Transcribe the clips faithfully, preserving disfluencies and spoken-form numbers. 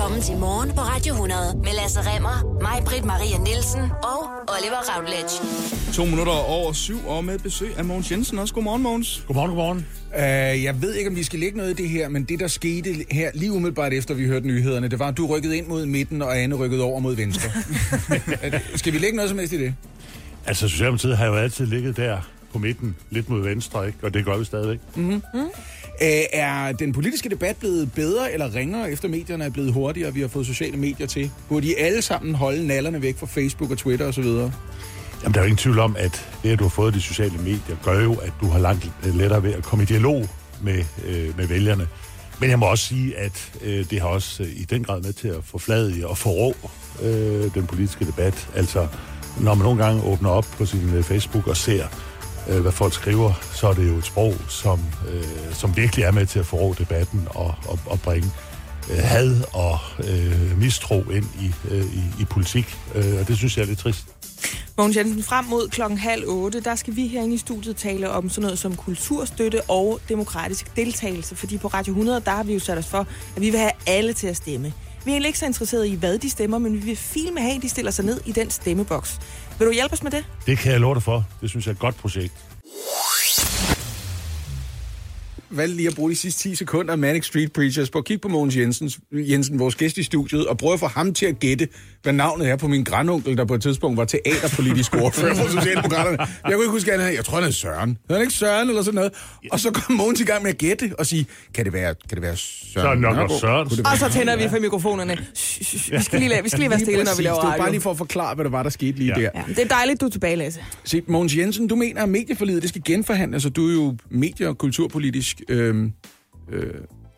Velkommen til Morgen på Radio hundrede med Lasse Remmer, mig, Britt Maria Nielsen og Oliver Routledge. To minutter over syv, og med besøg af Mogens Jensen også. Godmorgen, Mogens. Godmorgen, godmorgen. Uh, jeg ved ikke, om vi skal lægge noget i det her, men det, der skete her lige umiddelbart efter, vi hørte nyhederne, det var, at du rykkede ind mod midten, og Anne rykkede over mod venstre. Skal vi lægge noget som helst i det? Altså, Socialdemokratiet har jo altid ligget der på midten, lidt mod venstre, ikke? Og det gør vi stadigvæk. Mm-hmm. Mm. Uh, er den politiske debat blevet bedre eller ringere, efter medierne er blevet hurtigere, og vi har fået sociale medier til? Burde de alle sammen holde nallerne væk fra Facebook og Twitter osv.? Jamen, der er jo ingen tvivl om, at det, at du har fået de sociale medier, gør jo, at du har langt lettere ved at komme i dialog med, øh, med vælgerne. Men jeg må også sige, at øh, det har også øh, i den grad med til at forfladige og forrå øh, den politiske debat. Altså, når man nogle gange åbner op på sin øh, Facebook og ser, øh, hvad folk skriver, så er det jo et sprog, som, øh, som virkelig er med til at forrå debatten og, og, og bringe øh, had og øh, mistro ind i, øh, i, i politik. Øh, og det synes jeg er lidt trist. Mogens Jensen, frem mod klokken halv otte, der skal vi herinde i studiet tale om sådan noget som kulturstøtte og demokratisk deltagelse, fordi på Radio hundrede, der har vi jo sat os for, at vi vil have alle til at stemme. Vi er egentlig ikke så interesserede i, hvad de stemmer, men vi vil filme have, at de stiller sig ned i den stemmeboks. Vil du hjælpe os med det? Det kan jeg love dig for. Det synes jeg er et godt projekt. Valgte lige at bruge de sidste ti sekunder af Manic Street Preachers på at kigge på Mogens Jensen, Jensen, vores gæst i studiet, og prøve at få ham til at gætte, hvad navnet er på min grandonkel, der på et tidspunkt var teaterpolitisk ordfører for Socialdemokraterne. Jeg kunne ikke huske, at han, jeg tror, han hed Søren. Hedder han ikke Søren eller sådan noget? Og så kom Mogens i gang med at gætte og sige, kan det være, kan det være Søren? Så nok også Søren. Og så tænder vi for mikrofonerne. Vi skal lige, vi skal lige være stille, når vi laver radio. Det er bare lige for at forklare, hvad der var, der skete lige ja. der. Ja, det er dejligt, du er tilbage, Lasse. Se, Mogens Jensen, du mener, at medieforliget, det skal genforhandles, så du er jo medie- og kulturpolitisk øh, øh,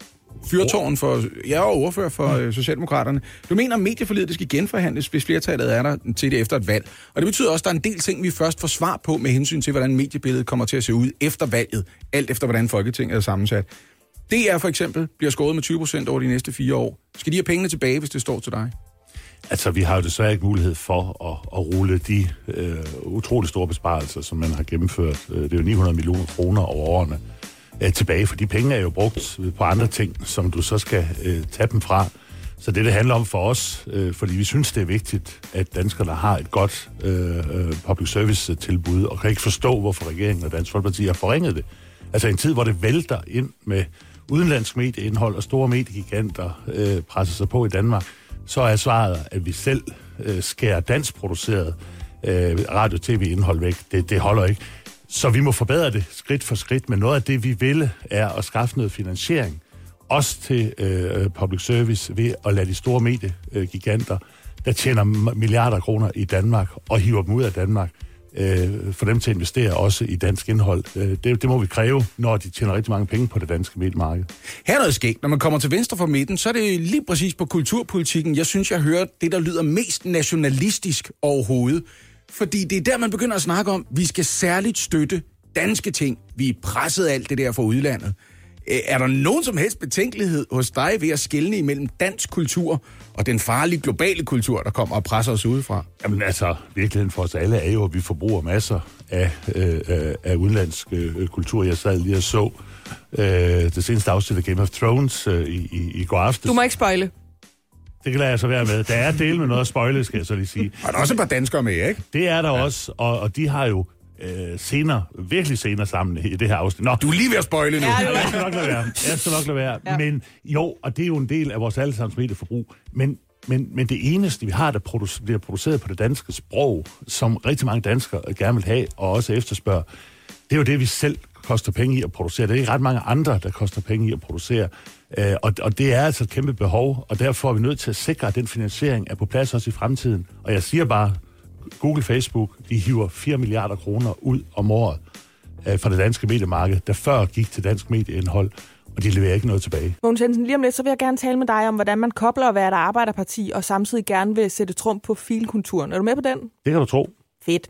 fyrtårn for, jeg er ordfører for øh, Socialdemokraterne. Du mener, at medieforliget, det skal genforhandles, hvis flertallet er der til det efter et valg. Og det betyder også, at der er en del ting, vi først får svar på med hensyn til, hvordan mediebilledet kommer til at se ud efter valget, alt efter, hvordan Folketinget er sammensat. D R for eksempel bliver skåret med tyve procent over de næste fire år. Skal de have pengene tilbage, hvis det står til dig? Altså, vi har jo desværre ikke mulighed for at, at rulle de øh, utrolig store besparelser, som man har gennemført. Det er jo ni hundrede millioner kroner over årene øh, tilbage, for de penge er jo brugt på andre ting, som du så skal øh, tage dem fra. Så det, det handler om for os, øh, fordi vi synes, det er vigtigt, at danskerne har et godt øh, public service-tilbud, og kan ikke forstå, hvorfor regeringen og Dansk Folkeparti har forringet det. Altså en tid, hvor det vælter ind med udenlandsk medieindhold, og store mediegiganter øh, presser sig på i Danmark, så er svaret, at vi selv øh, skærer danskproduceret øh, radio-tv-indhold væk. Det, det holder ikke. Så vi må forbedre det skridt for skridt, men noget af det, vi vil, er at skaffe noget finansiering, også til øh, public service, ved at lade de store mediegiganter, der tjener milliarder kroner i Danmark, og hiver dem ud af Danmark, øh, for dem til at investere også i dansk indhold. Øh, det, det må vi kræve, når de tjener rigtig mange penge på det danske mediemarked. Her er noget skægt. Når man kommer til venstre for midten, så er det lige præcis på kulturpolitikken, jeg synes, jeg hører det, der lyder mest nationalistisk overhovedet. Fordi det er der, man begynder at snakke om, vi skal særligt støtte danske ting. Vi er presset alt det der fra udlandet. Er der nogen som helst betænkelighed hos dig ved at skelne imellem dansk kultur og den farlige globale kultur, der kommer og presser os udefra? Jamen altså, virkeligheden for os alle er jo, at vi forbruger masser af, øh, af udenlandsk øh, kultur. Jeg sad lige og så øh, det seneste afsnit af Game of Thrones øh, i, i, i går aftes. Du må ikke spoile. Det kan jeg så være med. Der er del med noget at spoile, skal jeg så lige sige. Og der er også et par danskere med, ikke? Det er der ja. også, og, og de har jo øh, senere, virkelig senere sammen i det her afsnit. Nå, du er lige ved at spoile nu. Ja, jeg skal nok lade være. Jeg skal nok lade være. Ja. Men jo, og det er jo en del af vores allesammens medieforbrug. Men, men, men det eneste, vi har, der producer, bliver produceret på det danske sprog, som rigtig mange danskere gerne vil have, og også efterspørger, det er jo det, vi selv koster penge i at producere. Det er ikke ret mange andre, der koster penge i at producere. Øh, og, og det er altså et kæmpe behov, og derfor er vi nødt til at sikre, at den finansiering er på plads også i fremtiden. Og jeg siger bare, Google, Facebook, de hiver fire milliarder kroner ud om året øh, fra det danske mediemarked, der før gik til dansk medieindhold, og de leverer ikke noget tilbage. Mogens Jensen, lige om lidt, så vil jeg gerne tale med dig om, hvordan man kobler at være et arbejderparti, og samtidig gerne vil sætte trumf på filkulturen. Er du med på den? Det kan du tro. Fedt.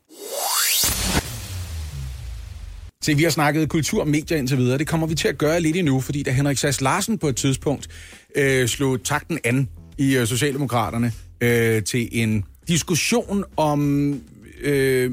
Se, vi har snakket kultur og medier indtil videre. Det kommer vi til at gøre lidt endnu, fordi da Henrik Sass Larsen på et tidspunkt øh, slog takten an i øh, Socialdemokraterne øh, til en diskussion om øh,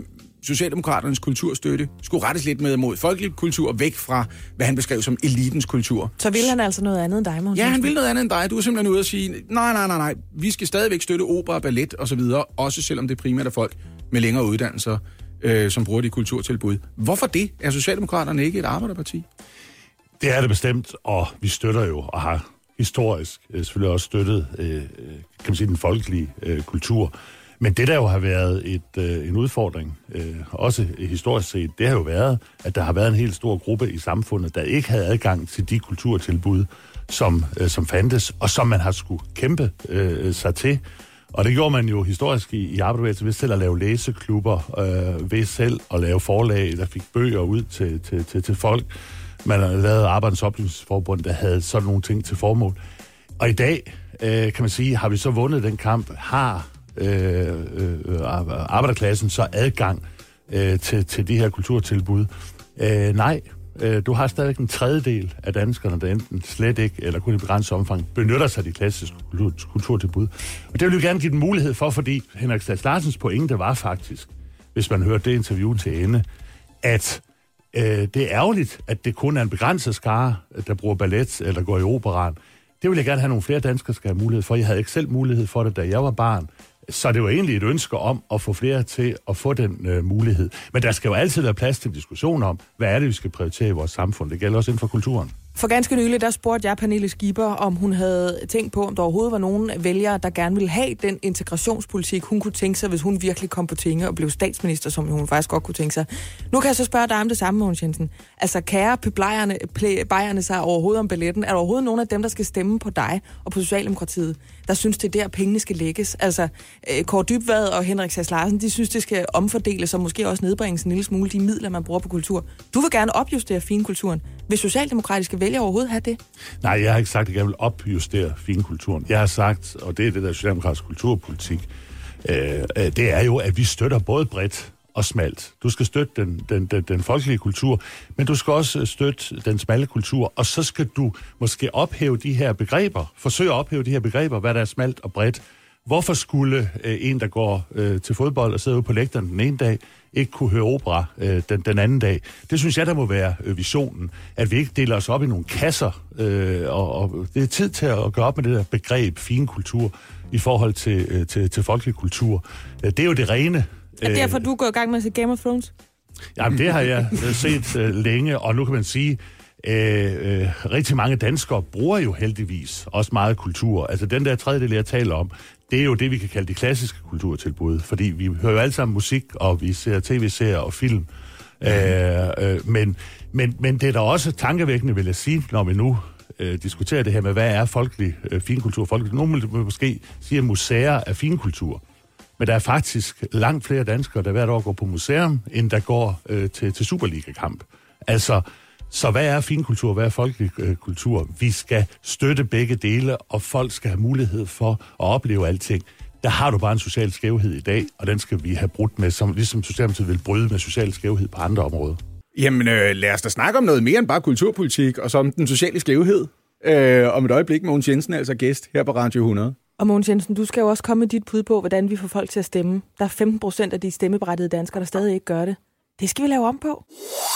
Socialdemokraternes kulturstøtte skulle rettes lidt med mod folkelig kultur, væk fra, hvad han beskrev som elitens kultur. Så vil han altså noget andet end dig, Mogens? Ja, han vil noget andet end dig. Du er simpelthen ude og sige, nej, nej, nej, nej, vi skal stadigvæk støtte opera, ballet og så videre, også selvom det primært er folk med længere uddannelser, øh, som bruger de kulturtilbud. Hvorfor det? Er Socialdemokraterne ikke et arbejderparti? Det er det bestemt, og vi støtter jo, og har historisk øh, selvfølgelig også støttet øh, kan man sige, den folkelige øh, kultur. Men det, der jo har været et, øh, en udfordring, øh, også historisk set, det har jo været, at der har været en helt stor gruppe i samfundet, der ikke havde adgang til de kulturtilbud, som, øh, som fandtes, og som man har skulle kæmpe øh, sig til. Og det gjorde man jo historisk i, i arbejderbevægelsen ved selv at lave læseklubber, øh, ved selv at lave forlag, der fik bøger ud til, til, til, til folk. Man har lavet Arbejdernes Oplysningsforbund, der havde sådan nogle ting til formål. Og i dag, øh, kan man sige, har vi så vundet den kamp, har øh, øh, arbejderklassen så adgang øh, til, til de her kulturtilbud. Øh, nej, øh, du har stadig en tredjedel af danskerne, der enten slet ikke, eller kun i begrænset omfang, benytter sig af de klassiske kultur, kulturtilbud. Og det vil vi gerne give den mulighed for, fordi Henrik Sass Larsens pointe var faktisk, hvis man hørte det interview til ende, at øh, det er ærgerligt, at det kun er en begrænset skare, der bruger ballet eller går i operaen. Det vil jeg gerne have nogle flere danskere skal have mulighed for. Jeg havde ikke selv mulighed for det, da jeg var barn. Så det var egentlig et ønske om at få flere til at få den øh, mulighed. Men der skal jo altid være plads til en diskussion om, hvad er det, vi skal prioritere i vores samfund. Det gælder også inden for kulturen. For ganske nylig, der spurgte jeg Pernille Skipper, om hun havde tænkt på, om der overhovedet var nogen vælgere, der gerne ville have den integrationspolitik, hun kunne tænke sig, hvis hun virkelig kom på tinge og blev statsminister, som hun faktisk godt kunne tænke sig. Nu kan jeg så spørge dig om det samme, Mogens Jensen. Altså, kære plejerne sig overhovedet om balletten? Er der overhovedet nogen af dem, der skal stemme på dig og på Socialdemokratiet, der synes, det er der, pengene skal lægges? Altså, Kåre Dybvad og Henrik Sass Larsen, de synes, det skal omfordeles og måske også nedbringes en lille smule de midler, man bruger på kultur. Du vil gerne opjustere finkulturen. Vil socialdemokratiske vælgere overhovedet have det? Nej, jeg har ikke sagt, at jeg vil opjustere finkulturen. Jeg har sagt, og det er det der socialdemokratiske kulturpolitik, øh, det er jo, at vi støtter både bredt og smalt. Du skal støtte den, den, den, den folkelige kultur, men du skal også støtte den smalle kultur, og så skal du måske ophæve de her begreber, forsøge at ophæve de her begreber, hvad der er smalt og bredt. Hvorfor skulle øh, en, der går øh, til fodbold og sidder ude på lægteren den ene dag, ikke kunne høre opera øh, den, den anden dag? Det synes jeg, der må være øh, visionen, at vi ikke deler os op i nogle kasser, øh, og, og det er tid til at gøre op med det der begreb finkultur i forhold til, øh, til, til folkelig kultur. Det er jo det rene. Er det derfor, du går i gang med at se Game of Thrones? Jamen, det har jeg set øh, længe, og nu kan man sige, Øh, øh, rigtig mange danskere bruger jo heldigvis også meget kultur. Altså den der tredjedel, jeg taler om, det er jo det, vi kan kalde de klassiske kulturtilbud. Fordi vi hører jo alle sammen musik, og vi ser tv-serier og film. Mm. Øh, øh, men, men, men det er da også tankevækkende, vil jeg sige, når vi nu øh, diskuterer det her med, hvad er folkelig øh, finkultur? Folkelig, nogen vil måske sige, at museer er finkultur. Men der er faktisk langt flere danskere, der hvert år går på museum, end der går øh, til, til Superliga-kamp. Altså, så hvad er finkultur, hvad er folkelig øh, kultur? Vi skal støtte begge dele, og folk skal have mulighed for at opleve alting. Der har du bare en social skævhed i dag, og den skal vi have brudt med, som, ligesom Socialdemokratiet vil bryde med social skævhed på andre områder. Jamen, øh, lad os da snakke om noget mere end bare kulturpolitik, og så om den sociale skævhed. Øh, om et øjeblik, Mogens Jensen er altså gæst her på Radio hundrede. Og Mogens Jensen, du skal jo også komme med dit bud på, hvordan vi får folk til at stemme. Der er femten procent af de stemmeberettigede danskere, der stadig ikke gør det. Det skal vi lave om på.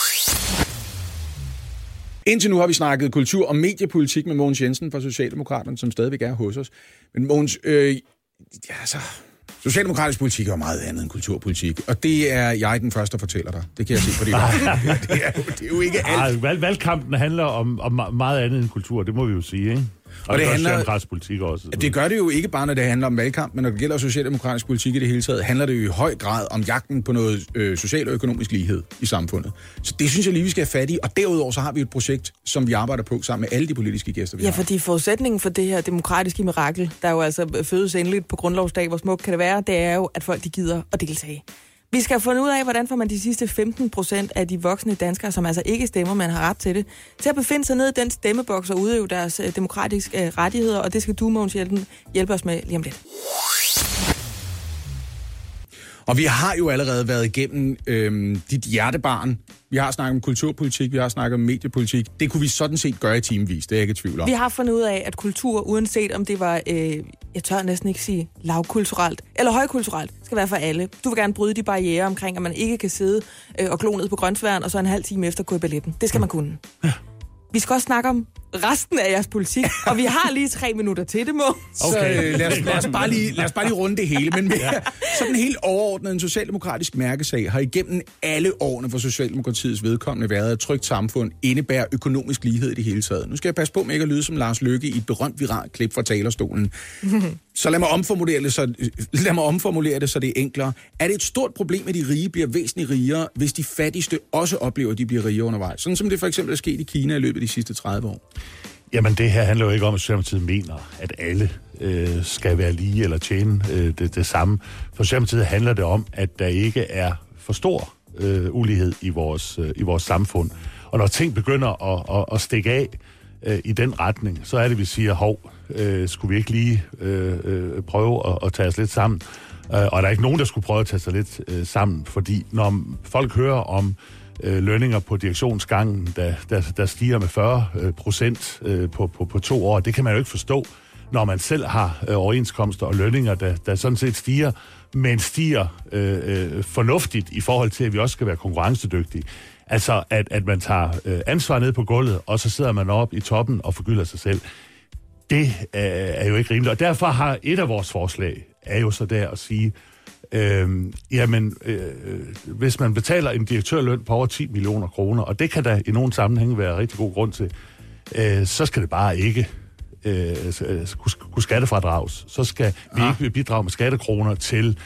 Indtil nu har vi snakket kultur- og mediepolitik med Mogens Jensen fra Socialdemokraterne, som stadigvæk er hos os. Men Mogens, øh, ja, altså, socialdemokratisk politik er jo meget andet end kulturpolitik, og det er jeg den første, der fortæller dig. Det kan jeg se på dit det, er jo, det er jo ikke alt. Ej, valg, valgkampen handler om, om meget andet end kultur, det må vi jo sige, ikke? Og, og det, det handler, politik også. Det gør det jo ikke bare, når det handler om valgkamp, men når det gælder socialdemokratisk politik i det hele taget, handler det jo i høj grad om jagten på noget øh, social og økonomisk lighed i samfundet. Så det synes jeg lige, vi skal have fat i. Og derudover så har vi et projekt, som vi arbejder på sammen med alle de politiske gæster, vi ja, har. Ja, fordi forudsætningen for det her demokratiske mirakel, der jo altså fødes endeligt på grundlovsdag, hvor smukt kan det være, det er jo, at folk de gider at deltage. Vi skal finde ud af, hvordan får man de sidste femten procent af de voksne danskere, som altså ikke stemmer, men har ret til det, til at befinde sig ned i den stemmeboks og udøve deres øh, demokratiske øh, rettigheder, og det skal du, Mogens Jensen, hjælpe os med lige om lidt. Og vi har jo allerede været igennem øhm, dit hjertebarn. Vi har snakket om kulturpolitik, vi har snakket om mediepolitik. Det kunne vi sådan set gøre i timevis, det er jeg ikke i tvivl om. Vi har fundet ud af, at kultur, uanset om det var, øh, jeg tør næsten ikke sige lavkulturelt, eller højkulturelt, skal være for alle. Du vil gerne bryde de barrierer omkring, at man ikke kan sidde øh, og glo ned på Grønsværen, og så en halv time efter gå i balletten. Det skal man kunne. Ja. Vi skal også snakke om resten af jeres politik, og vi har lige tre minutter til det, må. Okay. Så øh, lad, os, lad, os bare lige, lad os bare lige runde det hele. Men mere, ja. Sådan helt overordnet en socialdemokratisk mærkesag har igennem alle årene for Socialdemokratiets vedkommende været, at trygt samfund indebærer økonomisk lighed i det hele taget. Nu skal jeg passe på med ikke at lyde som Lars Løkke i et berømt viralt klip fra talerstolen. Så lad mig, omformulere det, så, lad mig omformulere det, så det er enklere. Er det et stort problem, at de rige bliver væsentligt rigere, hvis de fattigste også oplever, at de bliver rigere undervejs? Sådan som det for eksempel er sket i Kina i løbet af de sidste tredive år. Jamen, det her handler jo ikke om, at Socialdemokratiet mener, at alle øh, skal være lige eller tjene øh, det, det samme. For Socialdemokratiet handler det om, at der ikke er for stor øh, ulighed i vores, øh, i vores samfund. Og når ting begynder at, at, at stikke af øh, i den retning, så er det, vi siger, hov, øh, skulle vi ikke lige øh, øh, prøve at, at tage os lidt sammen? Øh, og der er ikke nogen, der skulle prøve at tage sig lidt øh, sammen, fordi når folk hører om Øh, lønninger på direktionsgangen, der, der, der stiger med fyrre procent øh, på, på, på to år. Det kan man jo ikke forstå, når man selv har øh, overenskomster og lønninger, der, der sådan set stiger, men stiger øh, øh, fornuftigt i forhold til, at vi også skal være konkurrencedygtige. Altså, at, at man tager øh, ansvar ned på gulvet, og så sidder man op i toppen og forgylder sig selv. Det øh, er jo ikke rimeligt. Og derfor har et af vores forslag, er jo så der at sige, Øhm, jamen, øh, hvis man betaler en direktørløn på over ti millioner kroner, og det kan der i nogle sammenhænge være rigtig god grund til, øh, så skal det bare ikke øh, kunne, kunne skattefradrages. Så skal vi ah. ikke bidrage med skattekroner til,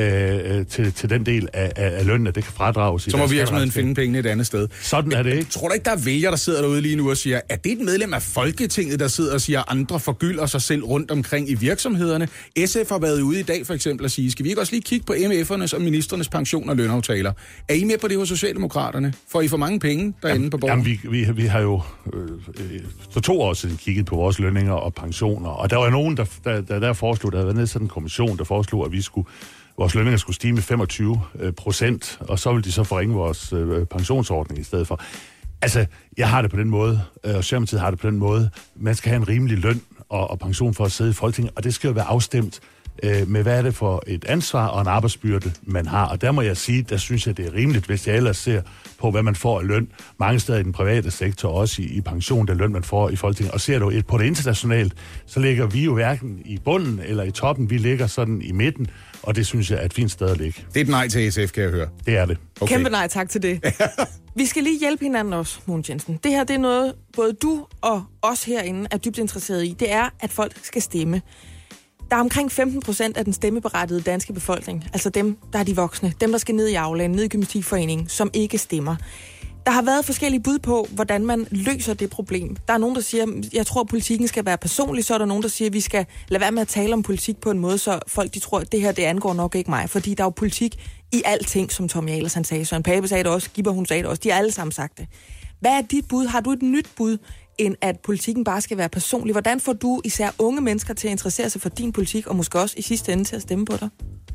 øh, til, til den del af, af lønnen, at det kan fradrages. Så må virksomheden finde pengene et andet sted. Sådan er det ikke. Tror du ikke, der er vælgere, der sidder derude lige nu og siger, er det et medlem af Folketinget, der sidder og siger, at andre forgylder sig selv rundt omkring i virksomhederne? S F har været ude i dag for eksempel og sige, skal vi ikke også lige kigge på M F'ernes og ministernes pension og lønaftaler? Er I med på det hos Socialdemokraterne? Får I for mange penge derinde jamen, på bordet? Jamen, vi, vi, vi har jo øh, for to år siden kigget på vores lønninger og pensioner, og der var nogen, der, der, der, der foreslog, der havde været nedsat en kommission, der foreslog, at vi skulle vores lønninger skulle stige med femogtyve procent, og så ville de så forringe vores øh, pensionsordning i stedet for. Altså, jeg har det på den måde, og Socialdemokratiet har det på den måde. Man skal have en rimelig løn og, og pension for at sidde i Folketinget, og det skal jo være afstemt øh, med, hvad er det for et ansvar og en arbejdsbyrde, man har. Og der må jeg sige, der synes jeg, det er rimeligt, hvis jeg ellers ser på, hvad man får af løn mange steder i den private sektor, også i, i pension, den løn, man får i Folketinget. Og ser du et på det internationalt, så ligger vi jo hverken i bunden eller i toppen, vi ligger sådan i midten, og det synes jeg er et fint sted at ligge. Det er et nej til S F, kan jeg høre. Det er det. Okay. Kæmpe nej tak til det. Vi skal lige hjælpe hinanden også, Mogens Jensen. Det her, det er noget, både du og os herinde er dybt interesseret i. Det er, at folk skal stemme. Der er omkring femten procent af den stemmeberettigede danske befolkning, altså dem, der er de voksne, dem, der skal ned i aulaen, ned i gymnastikforeningen, som ikke stemmer. Der har været forskellige bud på, hvordan man løser det problem. Der er nogen, der siger, jeg tror, at politikken skal være personlig. Så er der nogen, der siger, at vi skal lade være med at tale om politik på en måde, så folk de tror, at det her, det angår nok ikke mig. Fordi der er jo politik i alting, som Tommy Ahlers han sagde. Søren Pape sagde det også, Gibber hun sagde det også. De har alle sammen sagt det. Hvad er dit bud? Har du et nyt bud, end at politikken bare skal være personlig? Hvordan får du især unge mennesker til at interessere sig for din politik, og måske også i sidste ende til at stemme på dig?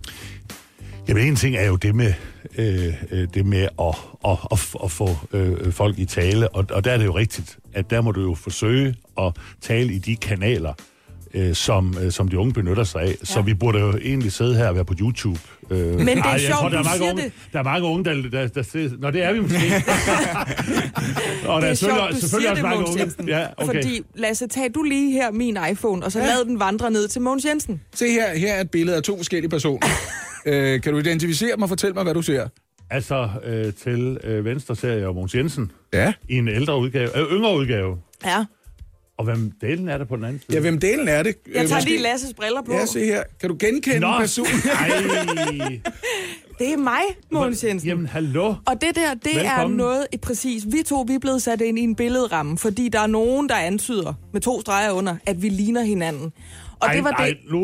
Jamen, en ting er jo det med, øh, det med at, at, at, at få øh, folk i tale, og, og der er det jo rigtigt, at der må du jo forsøge at tale i de kanaler, øh, som, øh, som de unge benytter sig af. Ja. Så vi burde jo egentlig sidde her og være på YouTube. Øh, Men det er ej, sjovt, tror, der er mange unge, det. Der er mange unge, der... der, der, der Nå, det er vi måske. Og det er, er sjovt, du siger det, Mogens Jensen. Ja, okay. Fordi, Lasse, tag du lige her min iPhone, og så ja. lad den vandre ned til Mogens Jensen. Se her, her er et billede af to forskellige personer. øh, kan du identificere dem og fortælle mig, hvad du ser? Altså, øh, til øh, venstre ser jeg Mogens Jensen. Ja. I en ældre udgave, øh, yngre udgave. Ja. Og hvem delen er der på den anden side? Ja, hvem delen er det? Jeg tager lige Lasses briller på. Ja, se her. Kan du genkende Nå, personen? Nej. Det er mig, Mogens Jensen. Jamen, hallo. Og det der, det Velkommen. er noget præcis. Vi to, vi er blevet sat ind i en billedramme, fordi der er nogen, der antyder med to streger under, at vi ligner hinanden. Og ej, det var ej, det. nu...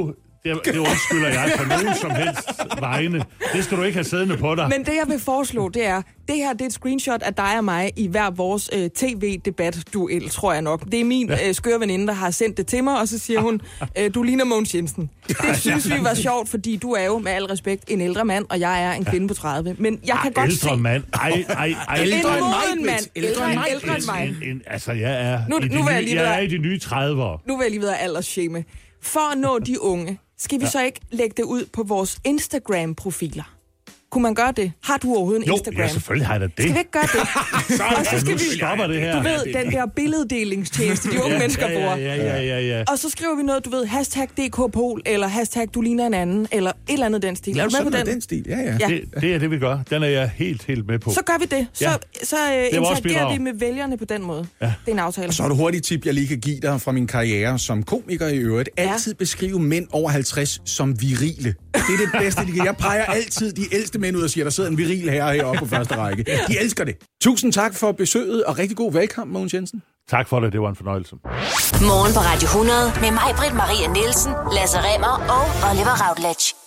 det, det undskylder jeg på nogen som helst vegne. Det skal du ikke have siddende på dig. Men det, jeg vil foreslå, det er, det her det er et screenshot af dig og mig i hver vores øh, tv-debat-duel, tror jeg nok. Det er min ja. øh, skøre veninde, der har sendt det til mig, og så siger hun, øh, du ligner Mogens Jensen. Det synes vi var sjovt, fordi du er jo med al respekt en ældre mand, og jeg er en kvinde på tredive. Men jeg kan Ej, godt ældre se... mand. Ej, ej, ej. En Ældre end moden mig, mand. Ældre Ældre, end mig, ældre end mig. En, en, altså, jeg er, Nu- i de nu vil jeg nye, lige jeg være- er i de nye tredivere. Nu vil jeg lige videre aldersshame. For at nå de unge, skal vi ja. så ikke lægge det ud på vores Instagram-profiler? Kunne man gøre det? Har du overhovedet en Jo, Instagram? ja, selvfølgelig har jeg da det. Skal vi ikke gøre det? Og så skal nu vi... stopper det her. Du ved, den der billeddelingstjeneste, de unge ja, mennesker ja, bruger. ja, ja, ja, ja. Og så skriver vi noget, du ved, hashtag D K Pol, eller hashtag du ligner en anden, eller et eller andet den stil. Er du med på Sådan er den? den stil, ja, ja. Ja. Det, det er det, vi gør. Den er jeg helt, helt med på. Så gør vi det. Så, Ja. så øh, vores interagerer bidrag. vi med vælgerne på den måde. Ja. Det er en aftale. Og så er det hurtigt tip, jeg lige kan give dig fra min karriere som komiker i øvrigt. Ja. Altid beskrive mænd over halvtreds som virile. Det er det bedste, de kan. Jeg peger altid de ældste mænd ud og siger, der sidder en viril herre heroppe på første række. De elsker det. Tusind tak for besøget, og rigtig god valgkamp, Mogens Jensen. Tak for det, det var en fornøjelse. Morgen på Radio hundrede med mig, Britt Maria Nielsen, Lasse Remmer og Oliver Routledge.